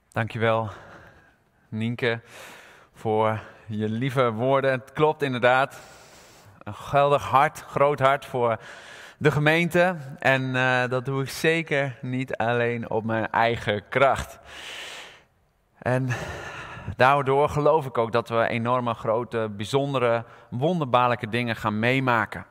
Dankjewel, Nienke, voor je lieve woorden. Het klopt inderdaad. Een geweldig hart, groot hart voor de gemeente. En dat doe ik zeker niet alleen op mijn eigen kracht. En daardoor geloof ik ook dat we enorme, grote, bijzondere, wonderbaarlijke dingen gaan meemaken.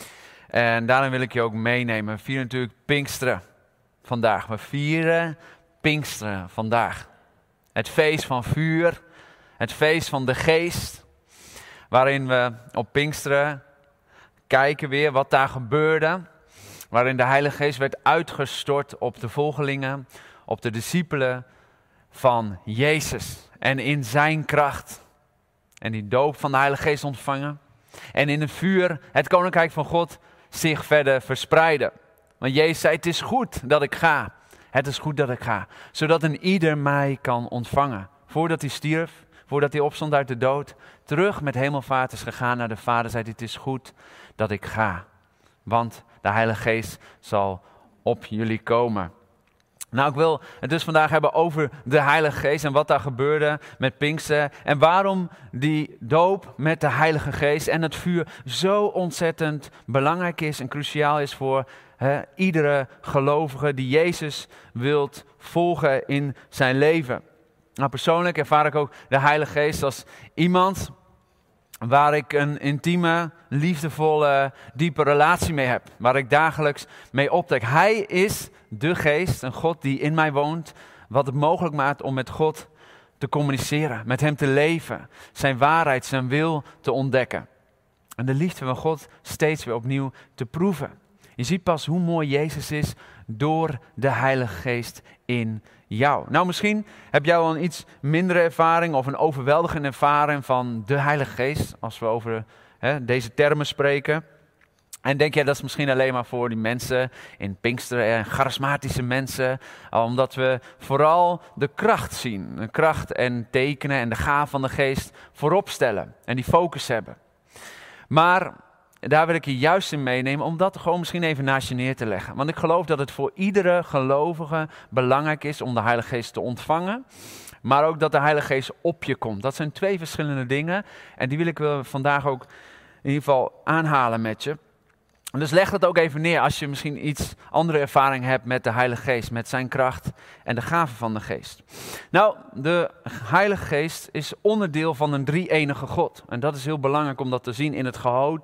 En daarom wil ik je ook meenemen. We vieren natuurlijk Pinksteren vandaag. We vieren Pinksteren vandaag. Het feest van vuur, het feest van de geest, waarin we op Pinksteren kijken weer wat daar gebeurde. Waarin de Heilige Geest werd uitgestort op de volgelingen, op de discipelen van Jezus. En in zijn kracht. En die doop van de Heilige Geest ontvangen. En in het vuur het koninkrijk van God zich verder verspreiden. Want Jezus zei, het is goed dat ik ga. Het is goed dat ik ga. Zodat een ieder mij kan ontvangen. Voordat hij stierf, voordat hij opstond uit de dood. Terug met hemelvaart is gegaan naar de Vader. Zei hij, het is goed dat ik ga. Want de Heilige Geest zal op jullie komen. Nou, ik wil het dus vandaag hebben over de Heilige Geest en wat daar gebeurde met Pinksteren. En waarom die doop met de Heilige Geest en het vuur zo ontzettend belangrijk is en cruciaal is voor iedere gelovige die Jezus wilt volgen in zijn leven. Nou, persoonlijk ervaar ik ook de Heilige Geest als iemand waar ik een intieme, liefdevolle, diepe relatie mee heb. Waar ik dagelijks mee optrek. Hij is de geest, een God die in mij woont. Wat het mogelijk maakt om met God te communiceren. Met hem te leven. Zijn waarheid, zijn wil te ontdekken. En de liefde van God steeds weer opnieuw te proeven. Je ziet pas hoe mooi Jezus is door de Heilige Geest in jou. Nou, misschien heb jij wel een iets mindere ervaring of een overweldigende ervaring van de Heilige Geest. Als we over deze termen spreken. En denk jij dat is misschien alleen maar voor die mensen in Pinksteren en charismatische mensen. Omdat we vooral de kracht zien. De kracht en tekenen en de gaaf van de Geest voorop stellen. En die focus hebben. Maar daar wil ik je juist in meenemen om dat gewoon misschien even naast je neer te leggen. Want ik geloof dat het voor iedere gelovige belangrijk is om de Heilige Geest te ontvangen. Maar ook dat de Heilige Geest op je komt. Dat zijn twee verschillende dingen. En die wil ik vandaag ook in ieder geval aanhalen met je. Dus leg dat ook even neer als je misschien iets andere ervaring hebt met de Heilige Geest. Met zijn kracht en de gaven van de Geest. Nou, de Heilige Geest is onderdeel van een drie-enige God. En dat is heel belangrijk om dat te zien in het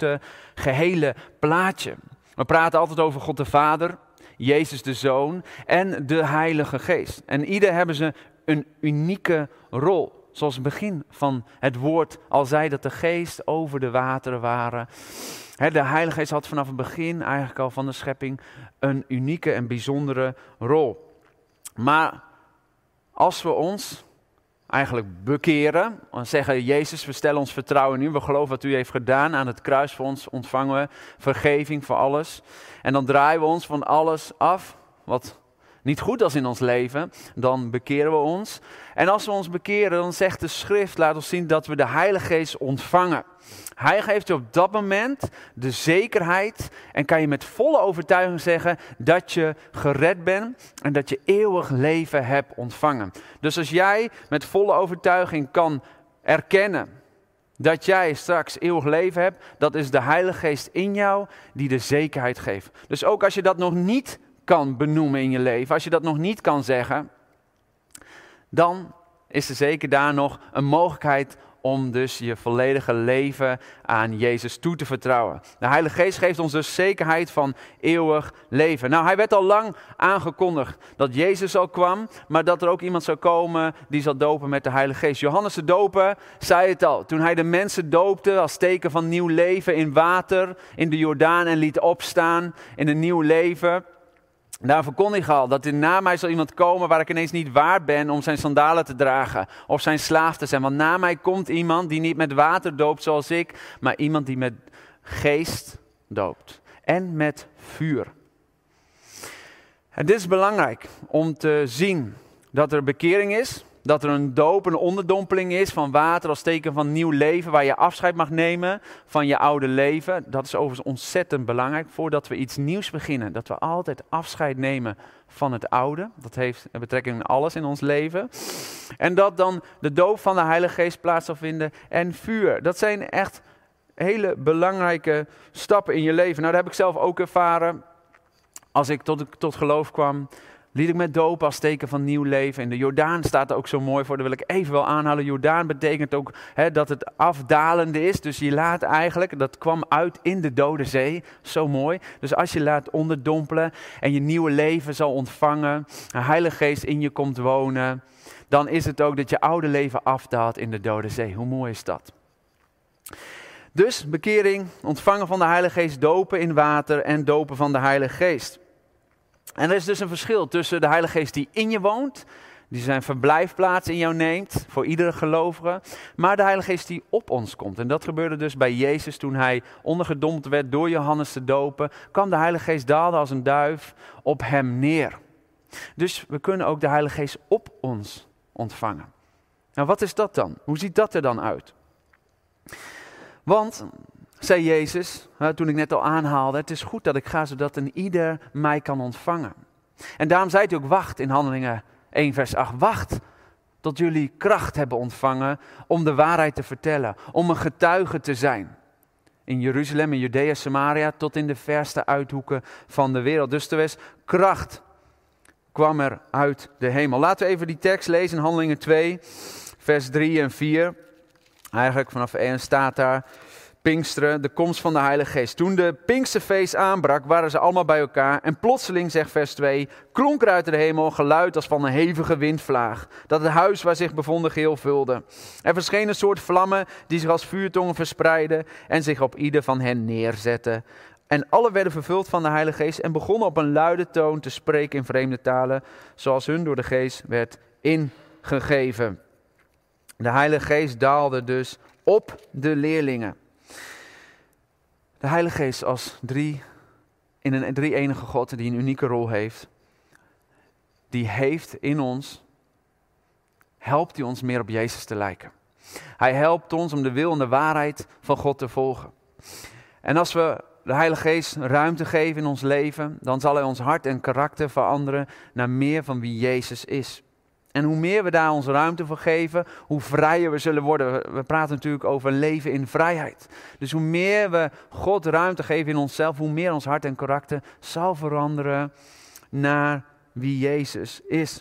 gehele plaatje. We praten altijd over God de Vader, Jezus de Zoon en de Heilige Geest. En ieder hebben ze een unieke rol. Zoals het begin van het woord al zei dat de Geest over de wateren waren. De Heilige Geest had vanaf het begin eigenlijk al van de schepping een unieke en bijzondere rol. Maar als we ons eigenlijk bekeren, dan zeggen Jezus, we stellen ons vertrouwen in u. We geloven wat u heeft gedaan aan het kruis voor ons, ontvangen we vergeving voor alles. En dan draaien we ons van alles af wat niet goed is in ons leven, dan bekeren we ons. En als we ons bekeren, dan zegt de schrift, laat ons zien dat we de Heilige Geest ontvangen. Hij geeft je op dat moment de zekerheid en kan je met volle overtuiging zeggen dat je gered bent en dat je eeuwig leven hebt ontvangen. Dus als jij met volle overtuiging kan erkennen dat jij straks eeuwig leven hebt, dat is de Heilige Geest in jou die de zekerheid geeft. Dus ook als je dat nog niet kan benoemen in je leven, als je dat nog niet kan zeggen, dan is er zeker daar nog een mogelijkheid om dus je volledige leven aan Jezus toe te vertrouwen. De Heilige Geest geeft ons dus zekerheid van eeuwig leven. Nou, hij werd al lang aangekondigd dat Jezus al kwam, maar dat er ook iemand zou komen die zal dopen met de Heilige Geest. Johannes de Doper zei het al, toen hij de mensen doopte als teken van nieuw leven in water, in de Jordaan en liet opstaan in een nieuw leven. Daar verkondig ik al dat na mij zal iemand komen waar ik ineens niet waard ben om zijn sandalen te dragen of zijn slaaf te zijn. Want na mij komt iemand die niet met water doopt zoals ik, maar iemand die met geest doopt en met vuur. En dit is belangrijk om te zien dat er bekering is, dat er een doop, een onderdompeling is van water als teken van nieuw leven, waar je afscheid mag nemen van je oude leven. Dat is overigens ontzettend belangrijk voordat we iets nieuws beginnen. Dat we altijd afscheid nemen van het oude. Dat heeft betrekking op alles in ons leven. En dat dan de doop van de Heilige Geest plaats zal vinden en vuur. Dat zijn echt hele belangrijke stappen in je leven. Nou, dat heb ik zelf ook ervaren. Als ik tot geloof kwam, liet ik me dopen als teken van nieuw leven. In de Jordaan staat er ook zo mooi voor, dat wil ik even wel aanhalen. Jordaan betekent ook dat het afdalende is. Dus je laat eigenlijk, dat kwam uit in de Dode Zee. Zo mooi. Dus als je laat onderdompelen en je nieuwe leven zal ontvangen, een Heilige Geest in je komt wonen, dan is het ook dat je oude leven afdaalt in de Dode Zee. Hoe mooi is dat? Dus bekering, ontvangen van de Heilige Geest, dopen in water en dopen van de Heilige Geest. En er is dus een verschil tussen de Heilige Geest die in je woont, die zijn verblijfplaats in jou neemt, voor iedere gelovige, maar de Heilige Geest die op ons komt. En dat gebeurde dus bij Jezus toen hij ondergedompeld werd door Johannes te dopen, kwam de Heilige Geest daalde als een duif op hem neer. Dus we kunnen ook de Heilige Geest op ons ontvangen. Nou, wat is dat dan? Hoe ziet dat er dan uit? Want, zei Jezus, toen ik net al aanhaalde, het is goed dat ik ga, zodat een ieder mij kan ontvangen. En daarom zei hij ook, wacht in Handelingen 1 vers 8, wacht tot jullie kracht hebben ontvangen om de waarheid te vertellen, om een getuige te zijn. In Jeruzalem, in Judea, Samaria, tot in de verste uithoeken van de wereld. Dus er was kracht, kwam er uit de hemel. Laten we even die tekst lezen in Handelingen 2, vers 3 en 4. Eigenlijk vanaf 1 staat daar, Pinksteren, de komst van de Heilige Geest. Toen de Pinksterfeest aanbrak, waren ze allemaal bij elkaar. En plotseling, zegt vers 2, klonk er uit de hemel een geluid als van een hevige windvlaag, dat het huis waar zich bevonden geheel vulde. Er verscheen een soort vlammen die zich als vuurtongen verspreidden en zich op ieder van hen neerzetten. En alle werden vervuld van de Heilige Geest en begonnen op een luide toon te spreken in vreemde talen, zoals hun door de Geest werd ingegeven. De Heilige Geest daalde dus op de leerlingen. De Heilige Geest als in een drie-enige God die een unieke rol heeft. Die heeft in ons, helpt hij ons meer op Jezus te lijken. Hij helpt ons om de wil en de waarheid van God te volgen. En als we de Heilige Geest ruimte geven in ons leven, dan zal hij ons hart en karakter veranderen naar meer van wie Jezus is. En hoe meer we daar ons ruimte voor geven, hoe vrijer we zullen worden. We praten natuurlijk over een leven in vrijheid. Dus hoe meer we God ruimte geven in onszelf, hoe meer ons hart en karakter zal veranderen naar wie Jezus is.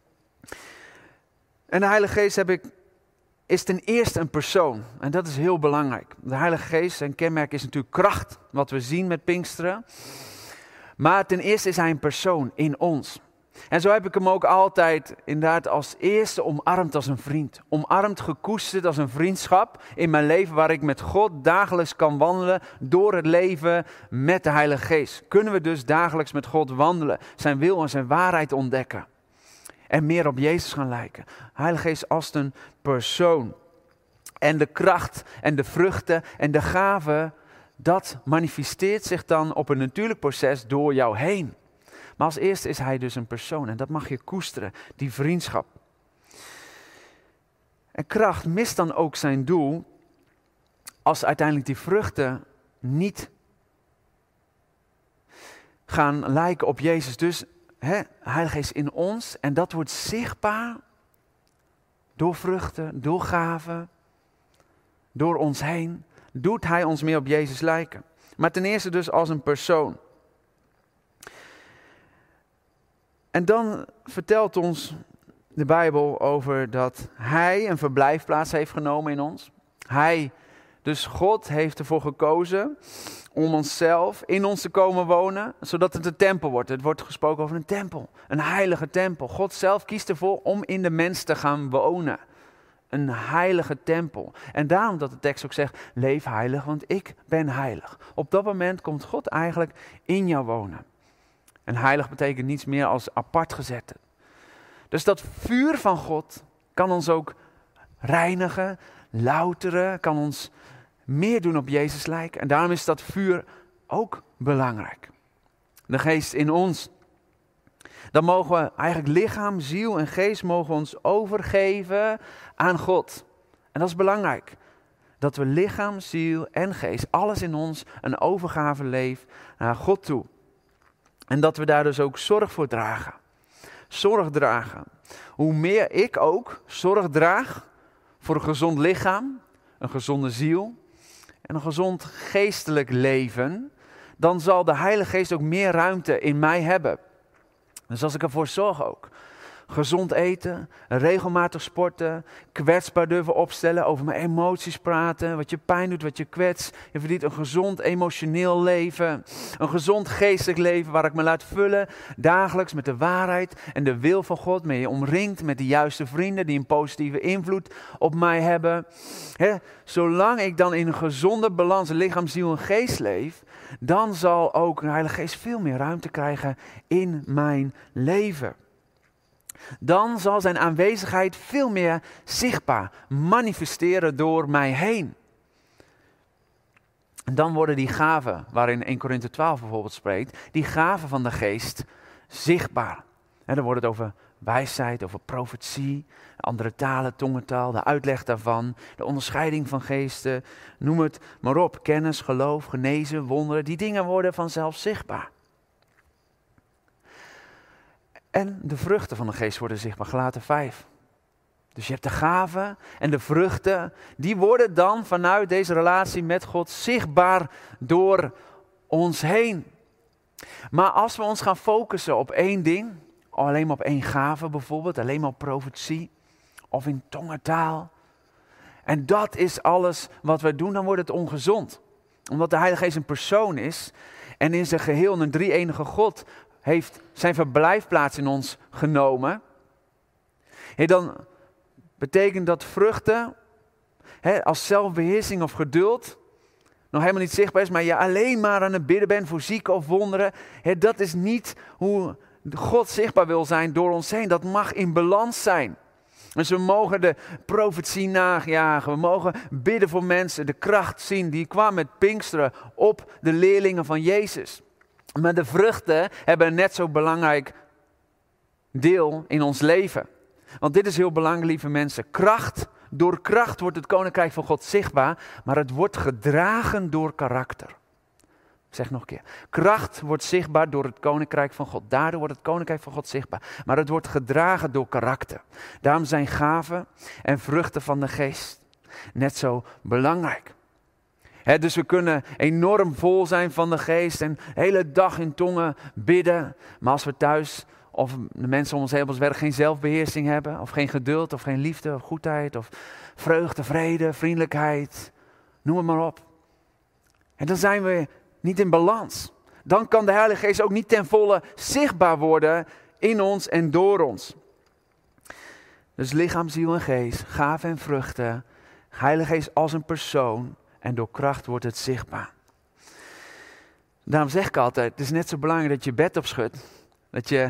En de Heilige Geest is ten eerste een persoon. En dat is heel belangrijk. De Heilige Geest, zijn kenmerk is natuurlijk kracht, wat we zien met Pinksteren. Maar ten eerste is hij een persoon in ons. En zo heb ik hem ook altijd inderdaad als eerste omarmd als een vriend. Omarmd, gekoesterd als een vriendschap in mijn leven waar ik met God dagelijks kan wandelen door het leven met de Heilige Geest. Kunnen we dus dagelijks met God wandelen, zijn wil en zijn waarheid ontdekken. En meer op Jezus gaan lijken. Heilige Geest als een persoon. En de kracht en de vruchten en de gaven, dat manifesteert zich dan op een natuurlijk proces door jou heen. Maar als eerste is hij dus een persoon en dat mag je koesteren, die vriendschap. En kracht mist dan ook zijn doel als uiteindelijk die vruchten niet gaan lijken op Jezus. Dus Heilige Geest in ons en dat wordt zichtbaar door vruchten, door gaven, door ons heen. Doet hij ons meer op Jezus lijken. Maar ten eerste dus als een persoon. En dan vertelt ons de Bijbel over dat hij een verblijfplaats heeft genomen in ons. Dus God heeft ervoor gekozen om onszelf in ons te komen wonen, zodat het een tempel wordt. Het wordt gesproken over een tempel, een heilige tempel. God zelf kiest ervoor om in de mens te gaan wonen. Een heilige tempel. En daarom dat de tekst ook zegt, leef heilig, want ik ben heilig. Op dat moment komt God eigenlijk in jou wonen. En heilig betekent niets meer als apart gezet. Dus dat vuur van God kan ons ook reinigen, louteren, kan ons meer doen op Jezus lijken. En daarom is dat vuur ook belangrijk. De Geest in ons. Dan mogen we eigenlijk lichaam, ziel en geest mogen ons overgeven aan God. En dat is belangrijk. Dat we lichaam, ziel en geest, alles in ons, een overgave leven naar God toe. En dat we daar dus ook zorg voor dragen. Zorg dragen. Hoe meer ik ook zorg draag voor een gezond lichaam, een gezonde ziel en een gezond geestelijk leven, dan zal de Heilige Geest ook meer ruimte in mij hebben. Dus als ik ervoor zorg ook. Gezond eten, regelmatig sporten, kwetsbaar durven opstellen, over mijn emoties praten, wat je pijn doet, wat je kwetst. Je verdient een gezond emotioneel leven, een gezond geestelijk leven waar ik me laat vullen, dagelijks met de waarheid en de wil van God. Ben je omringd met de juiste vrienden die een positieve invloed op mij hebben. Zolang ik dan in een gezonde balans, lichaam, ziel en geest leef, dan zal ook de Heilige Geest veel meer ruimte krijgen in mijn leven. Dan zal zijn aanwezigheid veel meer zichtbaar manifesteren door mij heen. En dan worden die gaven, waarin 1 Korinthe 12 bijvoorbeeld spreekt, die gaven van de geest zichtbaar. En dan wordt het over wijsheid, over profetie, andere talen, tongentaal, de uitleg daarvan, de onderscheiding van geesten, noem het maar op, kennis, geloof, genezen, wonderen, die dingen worden vanzelf zichtbaar. En de vruchten van de geest worden zichtbaar, Galaten 5. Dus je hebt de gaven en de vruchten, die worden dan vanuit deze relatie met God zichtbaar door ons heen. Maar als we ons gaan focussen op één ding, alleen maar op één gave bijvoorbeeld, alleen maar op profetie of in tongentaal, en dat is alles wat we doen, dan wordt het ongezond. Omdat de Heilige Geest een persoon is en in zijn geheel een drie-enige God heeft zijn verblijfplaats in ons genomen. Dan betekent dat vruchten als zelfbeheersing of geduld nog helemaal niet zichtbaar is, maar je alleen maar aan het bidden bent voor zieken of wonderen. Dat is niet hoe God zichtbaar wil zijn door ons heen. Dat mag in balans zijn. Dus we mogen de profetie najagen. We mogen bidden voor mensen, de kracht zien die kwam met Pinksteren op de leerlingen van Jezus. Maar de vruchten hebben een net zo belangrijk deel in ons leven. Want dit is heel belangrijk, lieve mensen. Door kracht wordt het koninkrijk van God zichtbaar, maar het wordt gedragen door karakter. Ik zeg nog een keer. Kracht wordt zichtbaar door het koninkrijk van God. Daardoor wordt het koninkrijk van God zichtbaar. Maar het wordt gedragen door karakter. Daarom zijn gaven en vruchten van de geest net zo belangrijk. Dus we kunnen enorm vol zijn van de geest en de hele dag in tongen bidden. Maar als we thuis of de mensen om ons heen op ons werk geen zelfbeheersing hebben, of geen geduld, of geen liefde, of goedheid, of vreugde, vrede, vriendelijkheid, noem het maar op. En dan zijn we niet in balans. Dan kan de Heilige Geest ook niet ten volle zichtbaar worden in ons en door ons. Dus lichaam, ziel en geest, gaven en vruchten, Heilige Geest als een persoon. En door kracht wordt het zichtbaar. Daarom zeg ik altijd, het is net zo belangrijk dat je bed opschudt. Dat je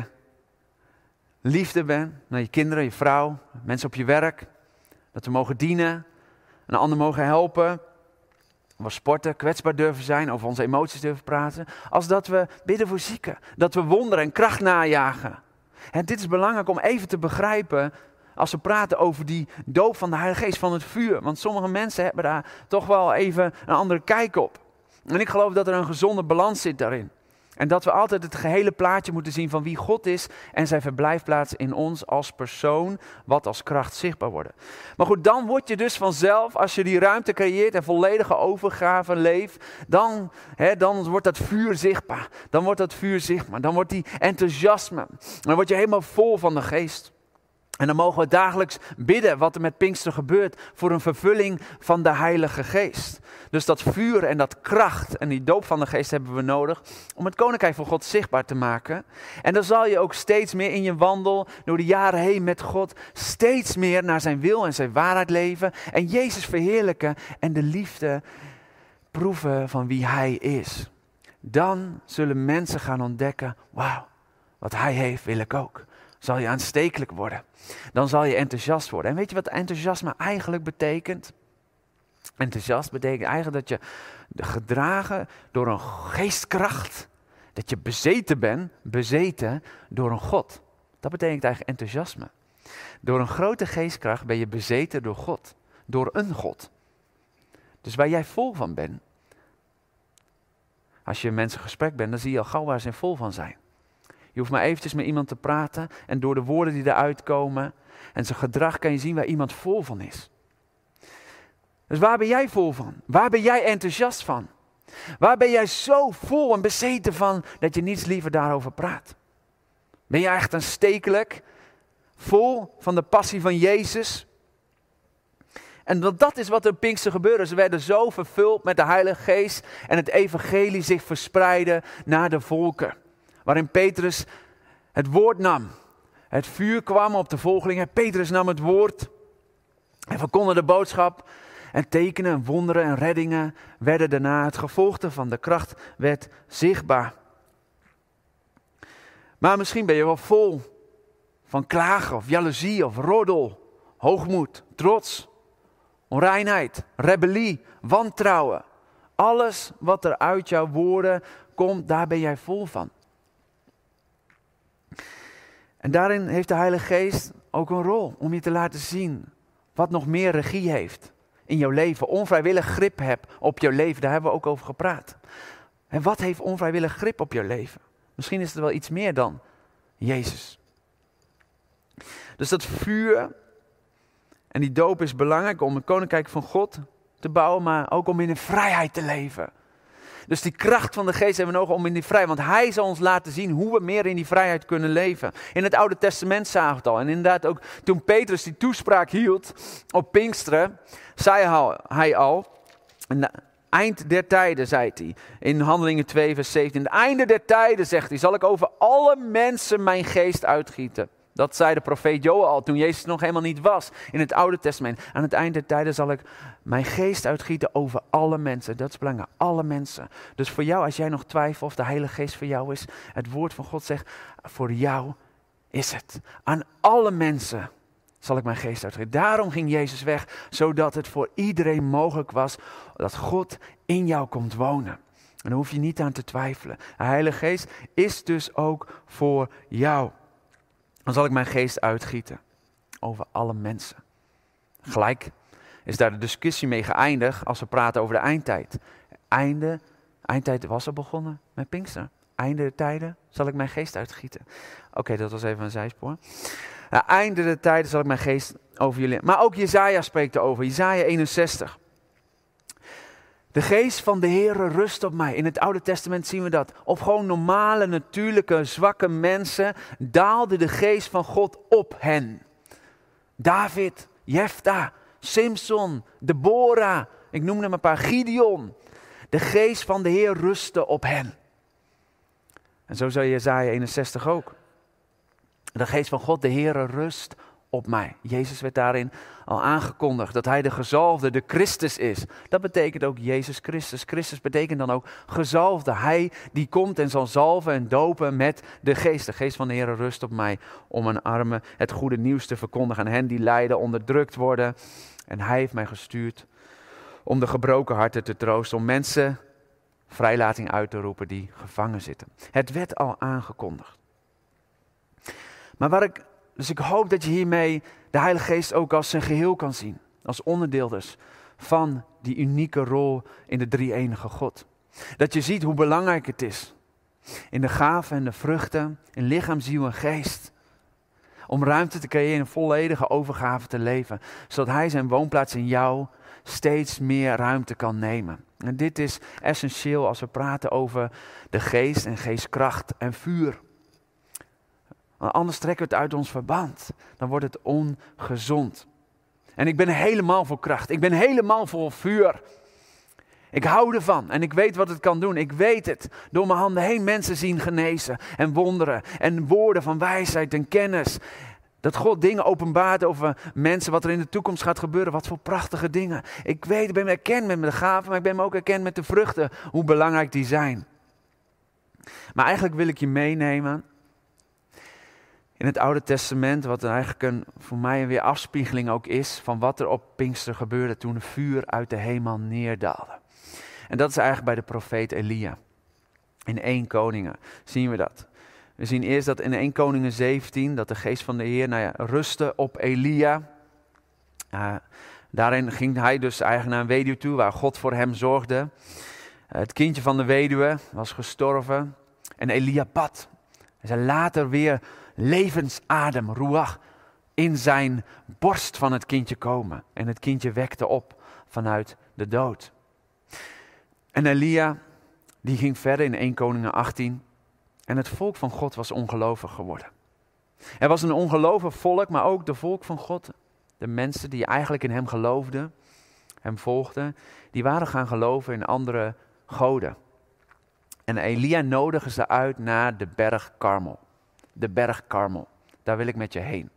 liefde bent naar je kinderen, je vrouw, mensen op je werk. Dat we mogen dienen, een ander mogen helpen. We sporten, kwetsbaar durven zijn, over onze emoties durven praten. Als dat we bidden voor zieken. Dat we wonderen en kracht najagen. En dit is belangrijk om even te begrijpen als we praten over die doop van de Heilige Geest, van het vuur. Want sommige mensen hebben daar toch wel even een andere kijk op. En ik geloof dat er een gezonde balans zit daarin. En dat we altijd het gehele plaatje moeten zien van wie God is en zijn verblijfplaats in ons als persoon, wat als kracht zichtbaar wordt. Maar goed, dan word je dus vanzelf, als je die ruimte creëert en volledige overgave leeft, dan wordt dat vuur zichtbaar. Dan wordt dat vuur zichtbaar. Dan wordt die enthousiasme. Dan word je helemaal vol van de geest. En dan mogen we dagelijks bidden wat er met Pinksteren gebeurt voor een vervulling van de Heilige Geest. Dus dat vuur en dat kracht en die doop van de Geest hebben we nodig om het koninkrijk van God zichtbaar te maken. En dan zal je ook steeds meer in je wandel door de jaren heen met God steeds meer naar zijn wil en zijn waarheid leven. En Jezus verheerlijken en de liefde proeven van wie Hij is. Dan zullen mensen gaan ontdekken, wauw, wat Hij heeft wil ik ook. Zal je aanstekelijk worden. Dan zal je enthousiast worden. En weet je wat enthousiasme eigenlijk betekent? Enthousiast betekent eigenlijk dat je gedragen door een geestkracht Dat je bezeten door een God. Dat betekent eigenlijk enthousiasme. Door een grote geestkracht ben je bezeten door God. Door een God. Dus waar jij vol van bent. Als je mensen gesprek bent, dan zie je al gauw waar ze vol van zijn. Je hoeft maar eventjes met iemand te praten en door de woorden die eruit komen en zijn gedrag kan je zien waar iemand vol van is. Dus waar ben jij vol van? Waar ben jij enthousiast van? Waar ben jij zo vol en bezeten van dat je niets liever daarover praat? Ben je echt aanstekelijk, vol van de passie van Jezus? En dat is wat er Pinkster gebeurde. Ze werden zo vervuld met de Heilige Geest en het evangelie zich verspreidde naar de volken. Waarin Petrus het woord nam. Het vuur kwam op de volgelingen. Petrus nam het woord en verkondigde de boodschap. En tekenen, en wonderen en reddingen werden daarna. Het gevolgte van de kracht werd zichtbaar. Maar misschien ben je wel vol van klagen of jaloezie of roddel, hoogmoed, trots, onreinheid, rebellie, wantrouwen. Alles wat er uit jouw woorden komt, daar ben jij vol van. En daarin heeft de Heilige Geest ook een rol om je te laten zien wat nog meer regie heeft in jouw leven. Onvrijwillig grip hebt op jouw leven, daar hebben we ook over gepraat. En wat heeft onvrijwillig grip op jouw leven? Misschien is het wel iets meer dan Jezus. Dus dat vuur en die doop is belangrijk om een koninkrijk van God te bouwen, maar ook om in de vrijheid te leven. Dus die kracht van de geest hebben we nodig om in die vrijheid, want hij zal ons laten zien hoe we meer in die vrijheid kunnen leven. In het Oude Testament zagen we het al. En inderdaad ook toen Petrus die toespraak hield op Pinksteren, zei hij al, eind der tijden, zei hij, in Handelingen 2 vers 17. Het einde der tijden, zegt hij, zal ik over alle mensen mijn geest uitgieten. Dat zei de profeet Joël al, toen Jezus nog helemaal niet was in het Oude Testament. Aan het eind der tijden zal ik mijn geest uitgieten over alle mensen. Dat is belangrijk, alle mensen. Dus voor jou, als jij nog twijfelt of de Heilige Geest voor jou is, het woord van God zegt, voor jou is het. Aan alle mensen zal ik mijn geest uitgieten. Daarom ging Jezus weg, zodat het voor iedereen mogelijk was dat God in jou komt wonen. En daar hoef je niet aan te twijfelen. De Heilige Geest is dus ook voor jou. Dan zal ik mijn geest uitgieten over alle mensen. Gelijk is daar de discussie mee geëindigd als we praten over de eindtijd. Eindtijd was al begonnen met Pinkster. Einde der tijden zal ik mijn geest uitgieten. Oké, dat was even een zijspoor. Einde der tijden zal ik mijn geest over jullie. Maar ook Jesaja spreekt erover. Jesaja 61. De geest van de Heere rust op mij. In het Oude Testament zien we dat. Op gewoon normale, natuurlijke, zwakke mensen daalde de geest van God op hen. David, Jefta, Simson, Deborah, ik noem hem een paar, Gideon. De geest van de Heer rustte op hen. En zo zei Jesaja 61 ook. De geest van God, de Heere, rust op mij. Jezus werd daarin al aangekondigd dat hij de gezalfde, de Christus is. Dat betekent ook Jezus Christus. Christus betekent dan ook gezalfde. Hij die komt en zal zalven en dopen met de geest. De geest van de Heere rust op mij om aan armen het goede nieuws te verkondigen. Aan hen die lijden, onderdrukt worden. En hij heeft mij gestuurd om de gebroken harten te troosten. Om mensen vrijlating uit te roepen die gevangen zitten. Het werd al aangekondigd. Maar dus ik hoop dat je hiermee de Heilige Geest ook als zijn geheel kan zien. Als onderdeel dus van die unieke rol in de drie-enige God. Dat je ziet hoe belangrijk het is. In de gaven en de vruchten, in lichaam, ziel en geest. Om ruimte te creëren, een volledige overgave te leven. Zodat hij zijn woonplaats in jou steeds meer ruimte kan nemen. En dit is essentieel als we praten over de geest en geestkracht en vuur. Anders trekken we het uit ons verband. Dan wordt het ongezond. En ik ben helemaal voor kracht. Ik ben helemaal voor vuur. Ik hou ervan en ik weet wat het kan doen. Ik weet het. Door mijn handen heen mensen zien genezen en wonderen. En woorden van wijsheid en kennis. Dat God dingen openbaart over mensen, wat er in de toekomst gaat gebeuren. Wat voor prachtige dingen. Ik ben erkend met mijn gaven, maar ik ben me ook erkend met de vruchten. Hoe belangrijk die zijn. Maar eigenlijk wil ik je meenemen in het Oude Testament, wat er eigenlijk voor mij een weer afspiegeling ook is van wat er op Pinkster gebeurde toen het vuur uit de hemel neerdaalde. En dat is eigenlijk bij de profeet Elia. In 1 Koningen zien we dat. We zien eerst dat in 1 Koningen 17, dat de geest van de Heer rustte op Elia. Daarin ging hij dus eigenlijk naar een weduwe toe waar God voor hem zorgde. Het kindje van de weduwe was gestorven en Elia bad. En zei later weer levensadem, ruach, in zijn borst van het kindje komen. En het kindje wekte op vanuit de dood. En Elia, die ging verder in 1 Koningen 18. En het volk van God was ongelovig geworden. Er was een ongelovig volk, maar ook de volk van God. De mensen die eigenlijk in hem geloofden, hem volgden, die waren gaan geloven in andere goden. En Elia nodigde ze uit naar de berg Karmel. De berg Karmel, daar wil ik met je heen.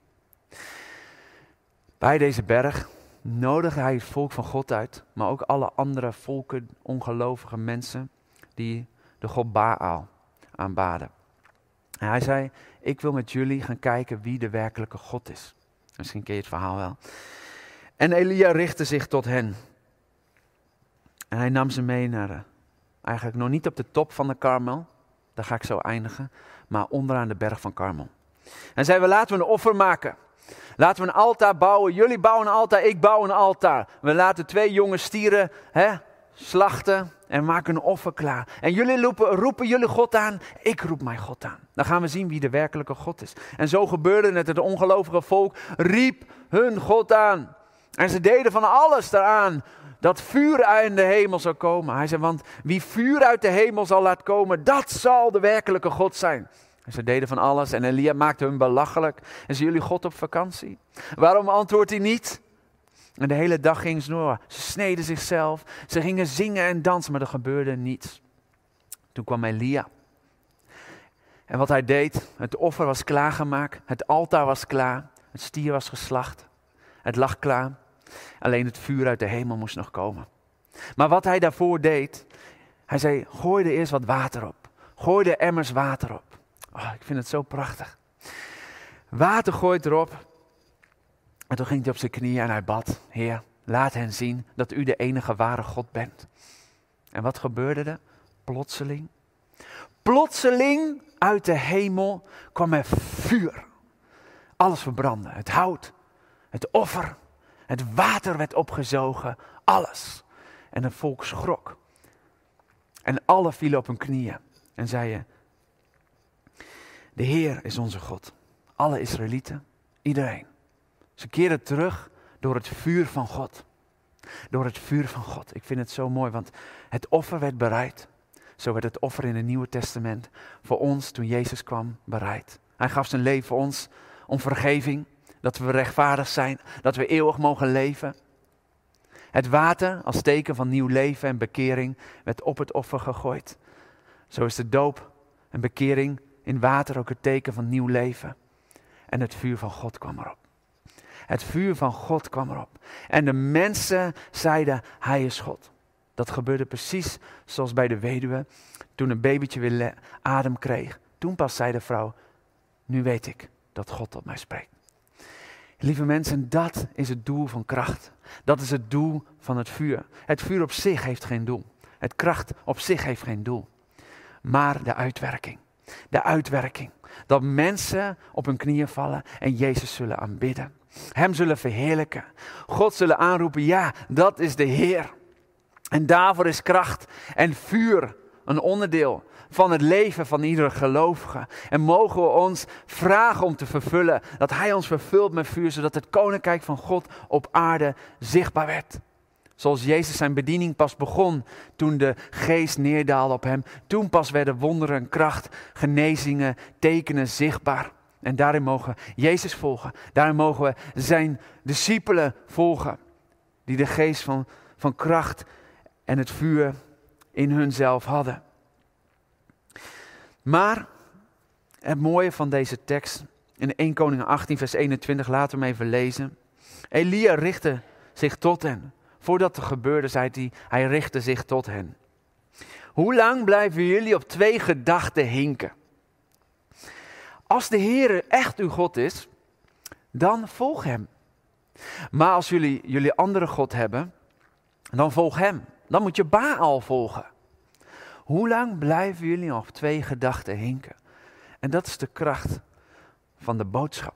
Bij deze berg nodigde hij het volk van God uit, maar ook alle andere volken, ongelovige mensen, die de god Baal aanbaden. En hij zei, ik wil met jullie gaan kijken wie de werkelijke God is. Misschien ken je het verhaal wel. En Elia richtte zich tot hen. En hij nam ze mee naar eigenlijk nog niet op de top van de Karmel, daar ga ik zo eindigen, maar onderaan de berg van Karmel. En zei, laten we een offer maken. Laten we een altaar bouwen. Jullie bouwen een altaar, ik bouw een altaar. We laten 2 jonge stieren slachten en maken een offer klaar. En jullie roepen jullie God aan, ik roep mijn God aan. Dan gaan we zien wie de werkelijke God is. En zo gebeurde het. Het ongelovige volk riep hun God aan. En ze deden van alles daaraan dat vuur uit de hemel zou komen. Hij zei, want wie vuur uit de hemel zal laten komen, dat zal de werkelijke God zijn. En ze deden van alles en Elia maakte hun belachelijk. En zien jullie God op vakantie? Waarom antwoordt hij niet? En de hele dag gingen ze door. Ze sneden zichzelf. Ze gingen zingen en dansen, maar er gebeurde niets. Toen kwam Elia. En wat hij deed, het offer was klaargemaakt. Het altaar was klaar. Het stier was geslacht. Het lag klaar. Alleen het vuur uit de hemel moest nog komen. Maar wat hij daarvoor deed, hij zei, gooi er eerst wat water op. Gooi er emmers water op. Oh, ik vind het zo prachtig. Water gooit erop. En toen ging hij op zijn knieën en hij bad. Heer, laat hen zien dat u de enige ware God bent. En wat gebeurde er? Plotseling uit de hemel kwam er vuur. Alles verbrandde. Het hout, het offer, het water werd opgezogen. Alles. En het volk schrok. En alle vielen op hun knieën en zeiden, de Heer is onze God. Alle Israëlieten, iedereen. Ze keerden terug door het vuur van God. Door het vuur van God. Ik vind het zo mooi, want het offer werd bereid. Zo werd het offer in het Nieuwe Testament voor ons toen Jezus kwam bereid. Hij gaf zijn leven voor ons om vergeving, dat we rechtvaardig zijn, dat we eeuwig mogen leven. Het water als teken van nieuw leven en bekering werd op het offer gegooid. Zo is de doop en bekering in water ook het teken van nieuw leven. En het vuur van God kwam erop. Het vuur van God kwam erop. En de mensen zeiden, hij is God. Dat gebeurde precies zoals bij de weduwe. Toen een babytje weer adem kreeg. Toen pas zei de vrouw, nu weet ik dat God tot mij spreekt. Lieve mensen, dat is het doel van kracht. Dat is het doel van het vuur. Het vuur op zich heeft geen doel. Het kracht op zich heeft geen doel. Maar de uitwerking. De uitwerking. Dat mensen op hun knieën vallen en Jezus zullen aanbidden. Hem zullen verheerlijken. God zullen aanroepen, ja, dat is de Heer. En daarvoor is kracht en vuur een onderdeel van het leven van iedere gelovige. En mogen we ons vragen om te vervullen, dat Hij ons vervult met vuur, zodat het koninkrijk van God op aarde zichtbaar werd. Zoals Jezus zijn bediening pas begon toen de geest neerdaalde op hem. Toen pas werden wonderen en kracht, genezingen, tekenen zichtbaar. En daarin mogen we Jezus volgen. Daarin mogen we zijn discipelen volgen. Die de geest van kracht en het vuur in hunzelf hadden. Maar het mooie van deze tekst in 1 Koningen 18 vers 21, laten we hem even lezen. Elia richtte zich tot hen. Voordat het gebeurde, zei hij richtte zich tot hen. Hoe lang blijven jullie op 2 gedachten hinken? Als de Heer echt uw God is, dan volg hem. Maar als jullie andere God hebben, dan volg hem. Dan moet je Baal volgen. Hoe lang blijven jullie op 2 gedachten hinken? En dat is de kracht van de boodschap.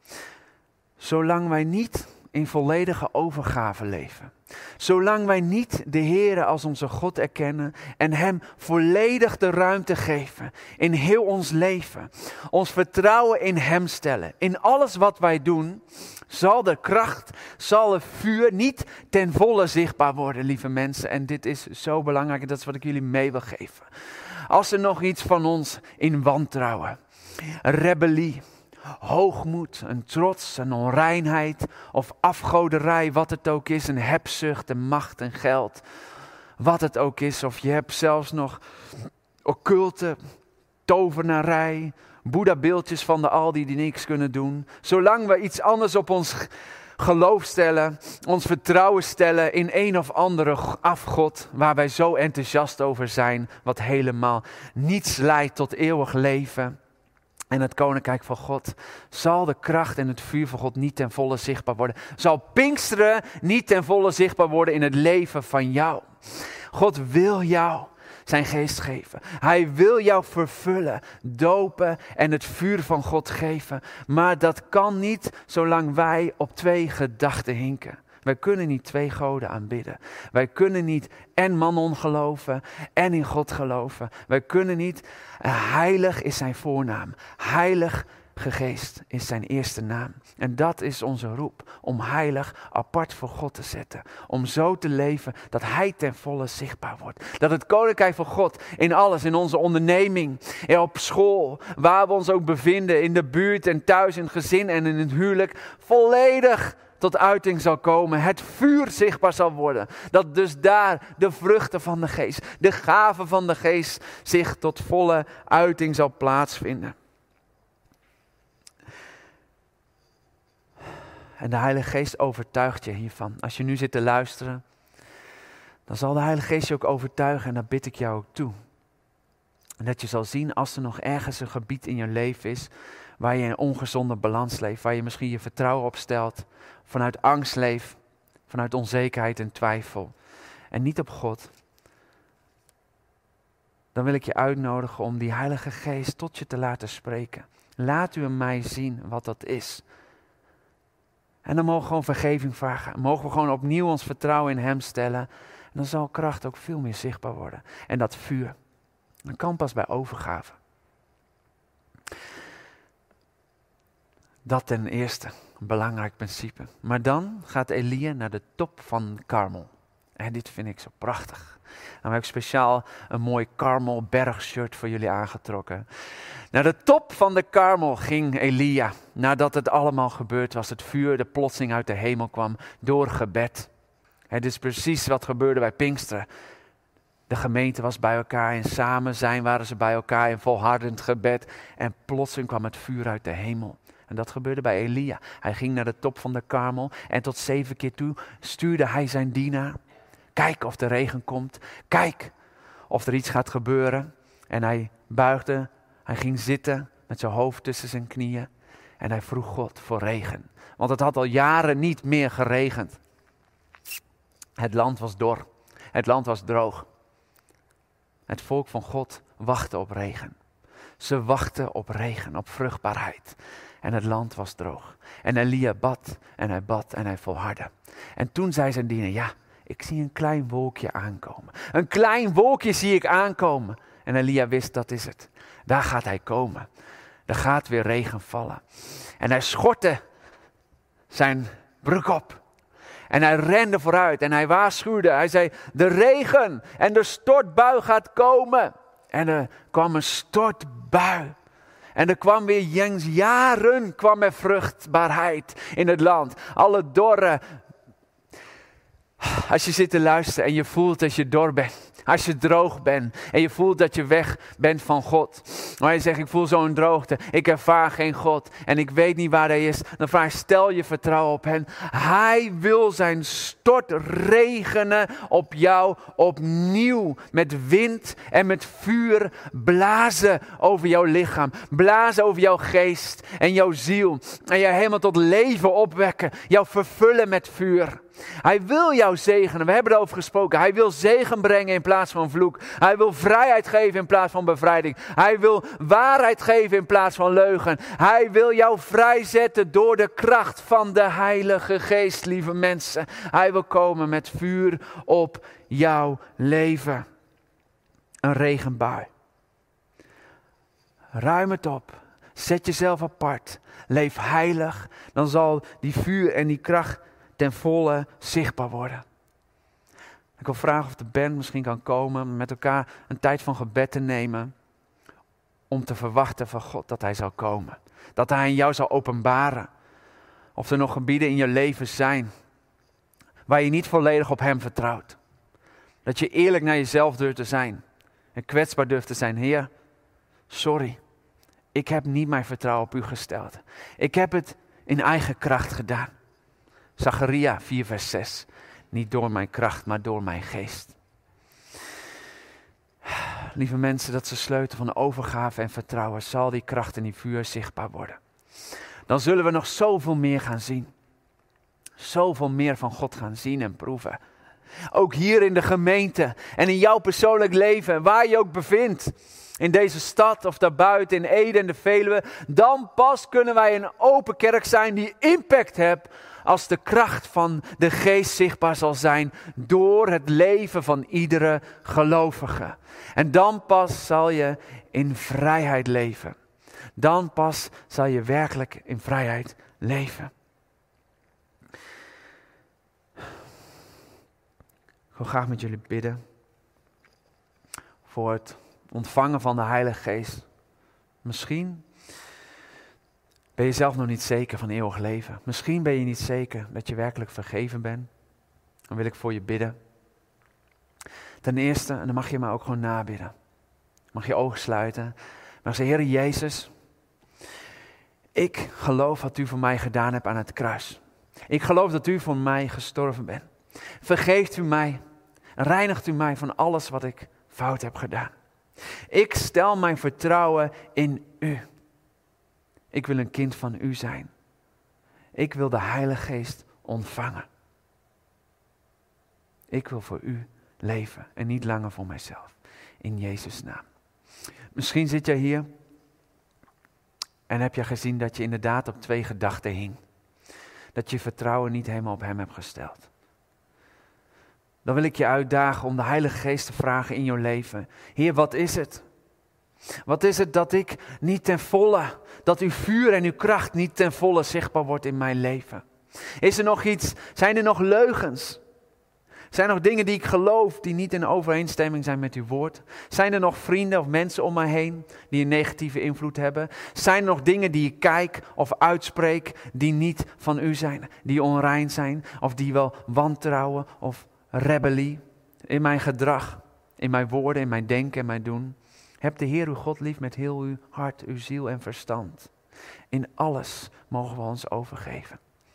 Zolang wij niet in volledige overgave leven. Zolang wij niet de Heere als onze God erkennen en Hem volledig de ruimte geven in heel ons leven. Ons vertrouwen in Hem stellen. In alles wat wij doen, zal de kracht, zal het vuur niet ten volle zichtbaar worden, lieve mensen. En dit is zo belangrijk en dat is wat ik jullie mee wil geven. Als er nog iets van ons in wantrouwen, rebellie, hoogmoed, een trots, een onreinheid of afgoderij, wat het ook is, een hebzucht, een macht en geld, wat het ook is. Of je hebt zelfs nog occulte, tovenarij, boeddhabeeldjes van de Aldi die niks kunnen doen. Zolang we iets anders op ons geloof stellen, ons vertrouwen stellen in een of andere afgod, waar wij zo enthousiast over zijn, wat helemaal niets leidt tot eeuwig leven. En het koninkrijk van God, zal de kracht en het vuur van God niet ten volle zichtbaar worden. Zal Pinksteren niet ten volle zichtbaar worden in het leven van jou. God wil jou zijn geest geven. Hij wil jou vervullen, dopen en het vuur van God geven. Maar dat kan niet zolang wij op 2 gedachten hinken. Wij kunnen niet 2 goden aanbidden. Wij kunnen niet en Mammon geloven en in God geloven. Wij kunnen niet, heilig is zijn voornaam. Heilige Geest is zijn eerste naam. En dat is onze roep, om heilig apart voor God te zetten. Om zo te leven dat hij ten volle zichtbaar wordt. Dat het koninkrijk van God in alles, in onze onderneming, op school, waar we ons ook bevinden, in de buurt en thuis, in het gezin en in het huwelijk, volledig tot uiting zal komen, het vuur zichtbaar zal worden. Dat dus daar de vruchten van de geest, de gaven van de geest zich tot volle uiting zal plaatsvinden. En de Heilige Geest overtuigt je hiervan. Als je nu zit te luisteren, dan zal de Heilige Geest je ook overtuigen en dat bid ik jou ook toe. En dat je zal zien als er nog ergens een gebied in je leven is waar je in een ongezonde balans leeft, waar je misschien je vertrouwen op stelt, vanuit angst leeft, vanuit onzekerheid en twijfel en niet op God. Dan wil ik je uitnodigen om die Heilige Geest tot je te laten spreken. Laat u aan mij zien wat dat is. En dan mogen we gewoon vergeving vragen. Mogen we gewoon opnieuw ons vertrouwen in Hem stellen. En dan zal kracht ook veel meer zichtbaar worden. En dat vuur, dat kan pas bij overgave. Dat ten eerste, een belangrijk principe. Maar dan gaat Elia naar de top van Karmel. En dit vind ik zo prachtig. Dan heb ik speciaal een mooi Karmel bergshirt voor jullie aangetrokken. Naar de top van de Karmel ging Elia. Nadat het allemaal gebeurd was. Het vuur, de plotseling uit de hemel kwam door gebed. Het is precies wat gebeurde bij Pinksteren. De gemeente was bij elkaar en samen zijn waren ze bij elkaar in volhardend gebed. En plotseling kwam het vuur uit de hemel. En dat gebeurde bij Elia. Hij ging naar de top van de Karmel en tot 7 keer toe stuurde hij zijn dienaar. Kijk of de regen komt. Kijk of er iets gaat gebeuren. En hij buigde, hij ging zitten met zijn hoofd tussen zijn knieën. En hij vroeg God voor regen. Want het had al jaren niet meer geregend. Het land was dor. Het land was droog. Het volk van God wachtte op regen. Ze wachten op regen, op vruchtbaarheid. En het land was droog. En Elia bad en hij volhardde. En toen zei zijn dienaar, ja, ik zie een klein wolkje aankomen. Een klein wolkje zie ik aankomen. En Elia wist, dat is het. Daar gaat hij komen. Er gaat weer regen vallen. En hij schortte zijn broek op. En hij rende vooruit en hij waarschuwde. Hij zei, de regen en de stortbui gaat komen. En er kwam een stortbui. En er kwam weer jaren kwam er vruchtbaarheid in het land. Alle dorre. Als je zit te luisteren en je voelt dat je dor bent. Als je droog bent en je voelt dat je weg bent van God. Maar je zegt, ik voel zo'n droogte. Ik ervaar geen God en ik weet niet waar hij is. Dan vraag, stel je vertrouwen op hem. Hij wil zijn stort regenen op jou opnieuw. Met wind en met vuur blazen over jouw lichaam. Blazen over jouw geest en jouw ziel. En jou helemaal tot leven opwekken. Jou vervullen met vuur. Hij wil jou zegenen. We hebben erover gesproken. Hij wil zegen brengen in plaats van vloek. Hij wil vrijheid geven in plaats van bevrijding. Hij wil waarheid geven in plaats van leugen. Hij wil jou vrijzetten door de kracht van de Heilige Geest, lieve mensen. Hij wil komen met vuur op jouw leven. Een regenbui. Ruim het op. Zet jezelf apart. Leef heilig. Dan zal die vuur en die kracht ten volle zichtbaar worden. Ik wil vragen of de band misschien kan komen. Met elkaar een tijd van gebed te nemen. Om te verwachten van God dat hij zal komen. Dat hij in jou zal openbaren. Of er nog gebieden in je leven zijn. Waar je niet volledig op hem vertrouwt. Dat je eerlijk naar jezelf durft te zijn. En kwetsbaar durft te zijn. Heer, sorry. Ik heb niet mijn vertrouwen op u gesteld. Ik heb het in eigen kracht gedaan. Zacharia 4 vers 6. Niet door mijn kracht, maar door mijn geest. Lieve mensen, dat is de sleutel van overgave en vertrouwen. Zal die kracht en die vuur zichtbaar worden. Dan zullen we nog zoveel meer gaan zien. Zoveel meer van God gaan zien en proeven. Ook hier in de gemeente en in jouw persoonlijk leven, waar je ook bevindt. In deze stad of daarbuiten, in Ede en de Veluwe. Dan pas kunnen wij een open kerk zijn die impact heeft. Als de kracht van de geest zichtbaar zal zijn door het leven van iedere gelovige. En dan pas zal je in vrijheid leven. Dan pas zal je werkelijk in vrijheid leven. Ik wil graag met jullie bidden voor het ontvangen van de Heilige Geest. Misschien ben je zelf nog niet zeker van eeuwig leven. Misschien ben je niet zeker dat je werkelijk vergeven bent. Dan wil ik voor je bidden. Ten eerste, en dan mag je me ook gewoon nabidden. Mag je ogen sluiten. Maar zeg, Heer Jezus, ik geloof wat u voor mij gedaan hebt aan het kruis. Ik geloof dat u voor mij gestorven bent. Vergeeft u mij. Reinigt u mij van alles wat ik fout heb gedaan. Ik stel mijn vertrouwen in u. Ik wil een kind van u zijn. Ik wil de Heilige Geest ontvangen. Ik wil voor u leven en niet langer voor mijzelf. In Jezus' naam. Misschien zit je hier en heb je gezien dat je inderdaad op 2 gedachten hing. Dat je vertrouwen niet helemaal op hem hebt gesteld. Dan wil ik je uitdagen om de Heilige Geest te vragen in jouw leven. Heer, wat is het? Wat is het dat ik niet ten volle, dat uw vuur en uw kracht niet ten volle zichtbaar wordt in mijn leven? Is er nog iets, zijn er nog leugens? Zijn er nog dingen die ik geloof die niet in overeenstemming zijn met uw woord? Zijn er nog vrienden of mensen om mij heen die een negatieve invloed hebben? Zijn er nog dingen die ik kijk of uitspreek die niet van u zijn? Die onrein zijn of die wel wantrouwen of rebellie in mijn gedrag, in mijn woorden, in mijn denken en mijn doen? Heb de Heer uw God lief met heel uw hart, uw ziel en verstand. In alles mogen we ons overgeven.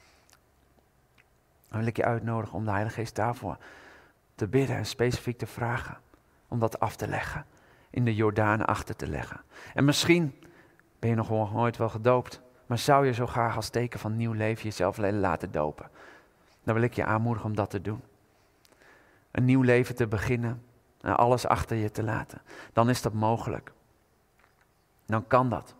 Dan wil ik je uitnodigen om de Heilige Geest daarvoor te bidden en specifiek te vragen. Om dat af te leggen. In de Jordaan achter te leggen. En misschien ben je nog nooit wel gedoopt. Maar zou je zo graag als teken van nieuw leven jezelf laten dopen. Dan wil ik je aanmoedigen om dat te doen. Een nieuw leven te beginnen. En alles achter je te laten. Dan is dat mogelijk. Dan kan dat.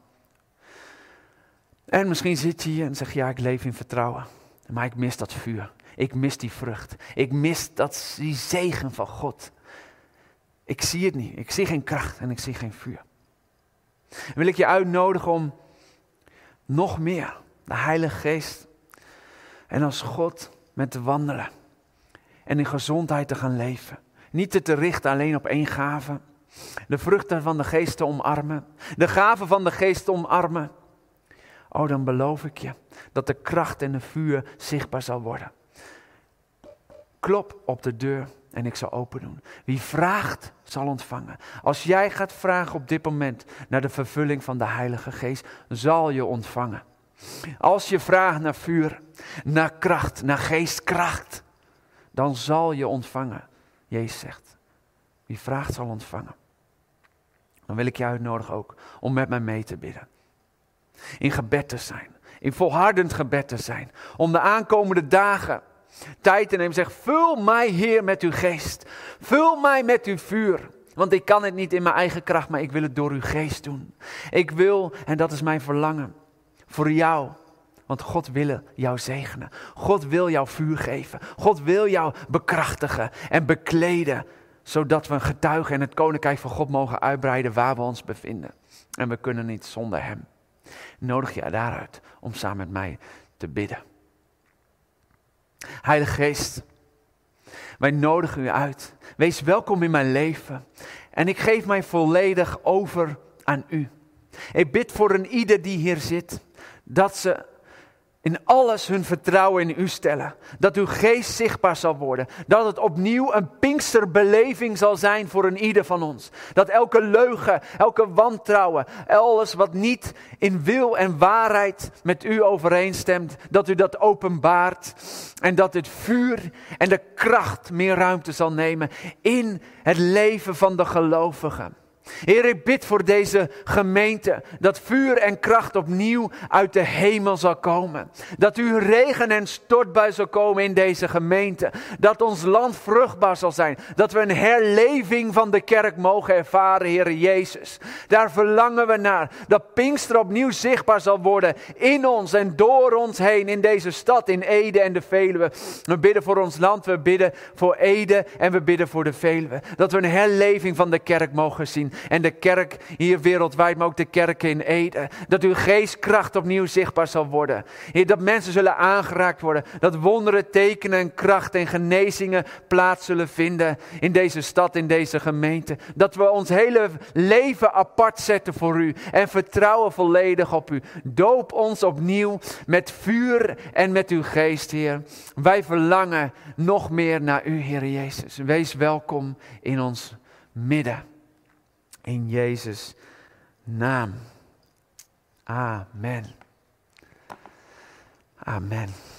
En misschien zit je hier en zeg je, ja, ik leef in vertrouwen. Maar ik mis dat vuur. Ik mis die vrucht. Ik mis die zegen van God. Ik zie het niet. Ik zie geen kracht en ik zie geen vuur. Dan wil ik je uitnodigen om nog meer de Heilige Geest en als God met te wandelen. En in gezondheid te gaan leven. Niet te richten alleen op één gave. De vruchten van de geest te omarmen. De gaven van de geest te omarmen. Oh, dan beloof ik je dat de kracht en de vuur zichtbaar zal worden. Klop op de deur en ik zal open doen. Wie vraagt, zal ontvangen. Als jij gaat vragen op dit moment naar de vervulling van de Heilige Geest, zal je ontvangen. Als je vraagt naar vuur, naar kracht, naar geestkracht, dan zal je ontvangen. Jezus zegt, wie vraagt zal ontvangen. Dan wil ik je uitnodigen ook om met mij mee te bidden. In gebed te zijn. In volhardend gebed te zijn. Om de aankomende dagen tijd te nemen. Zeg, vul mij, Heer, met uw geest. Vul mij met uw vuur. Want ik kan het niet in mijn eigen kracht, maar ik wil het door uw geest doen. Ik wil, en dat is mijn verlangen, voor jou. Want God wil jou zegenen. God wil jou vuur geven. God wil jou bekrachtigen en bekleden. Zodat we een getuige in het koninkrijk van God mogen uitbreiden waar we ons bevinden. En we kunnen niet zonder hem. Nodig je daaruit om samen met mij te bidden. Heilige Geest, wij nodigen u uit. Wees welkom in mijn leven. En ik geef mij volledig over aan u. Ik bid voor een ieder die hier zit. Dat ze in alles hun vertrouwen in u stellen. Dat uw geest zichtbaar zal worden. Dat het opnieuw een Pinksterbeleving zal zijn voor een ieder van ons. Dat elke leugen, elke wantrouwen, alles wat niet in wil en waarheid met u overeenstemt. Dat u dat openbaart. En dat het vuur en de kracht meer ruimte zal nemen in het leven van de gelovigen. Heer, ik bid voor deze gemeente, dat vuur en kracht opnieuw uit de hemel zal komen. Dat uw regen en stortbui zal komen in deze gemeente. Dat ons land vruchtbaar zal zijn. Dat we een herleving van de kerk mogen ervaren, Heer Jezus. Daar verlangen we naar. Dat Pinkster opnieuw zichtbaar zal worden in ons en door ons heen. In deze stad, in Ede en de Veluwe. We bidden voor ons land, we bidden voor Ede en we bidden voor de Veluwe. Dat we een herleving van de kerk mogen zien. En de kerk hier wereldwijd, maar ook de kerken in Ede. Dat uw geestkracht opnieuw zichtbaar zal worden. Heer, dat mensen zullen aangeraakt worden. Dat wonderen, tekenen en kracht en genezingen plaats zullen vinden in deze stad, in deze gemeente. Dat we ons hele leven apart zetten voor u en vertrouwen volledig op u. Doop ons opnieuw met vuur en met uw geest, Heer. Wij verlangen nog meer naar u, Heer Jezus. Wees welkom in ons midden. In Jezus' naam. Amen. Amen.